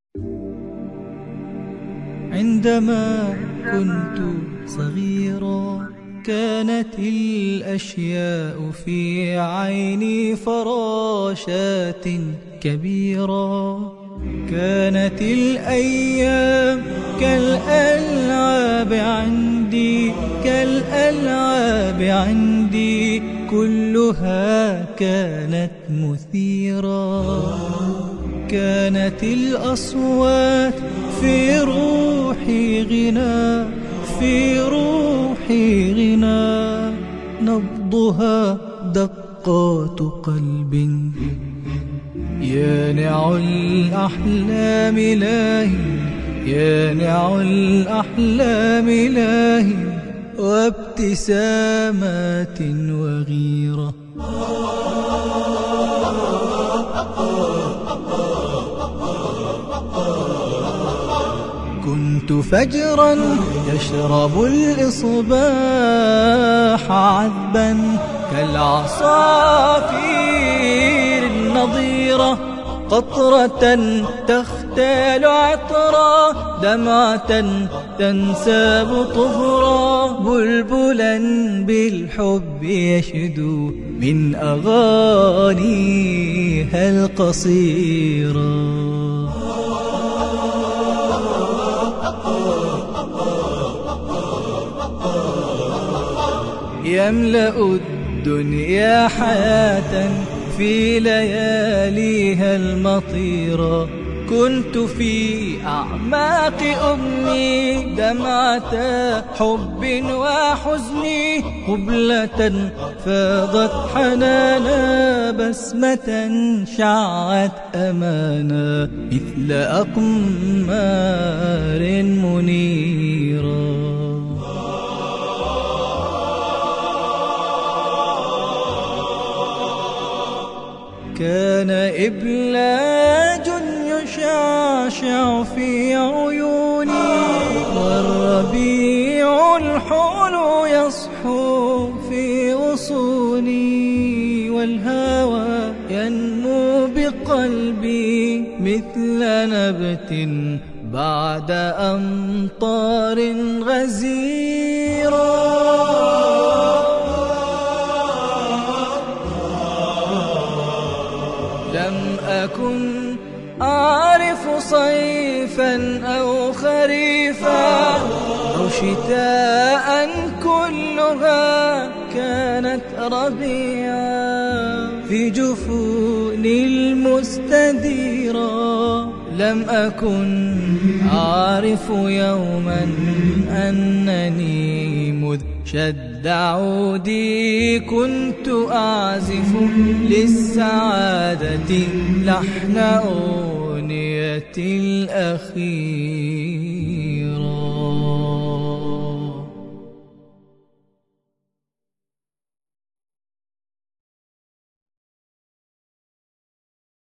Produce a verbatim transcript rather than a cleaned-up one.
عندما كنت صغيرا كانت الأشياء في عيني فراشات كبيرة، كانت الأيام كالألعاب عندي كالألعاب عندي كلها كانت مثيرة، كانت الأصوات في روحي غنى في روحي غنى، نبضها دقات قلب يانع الأحلام لاهٍ يانع الأحلام لاهٍ وابتسامات وغيرة. كنت فجرا يشرب الإصباح عذبا كالعصافير النضيرة، قطرة تختال عطرا دمعة تنساب طهرا، بلبلا بالحب يشدو من أغانيها القصيرة. يملأ الدنيا حياة في لياليها المطيرة، كنت في أعماق أمي دمعة حب وحزن، قبلة فاضت حنانا بسمة شعت أمانا مثل أقمار منيرة. كان إبلاج يشعشع في عيوني، والربيع الحلو يصحو في غصوني، والهوى ينمو بقلبي مثل نبت بعد أمطار غزيرة. لم أكن أعرف صيفا أو خريفا أو شتاء، كلها كانت ربيعا في جفوني المستديرة. لم أكن أعرف يوما أنني مذ شد عودي كنت أعزف للسعادة لحن أغنية الأخير.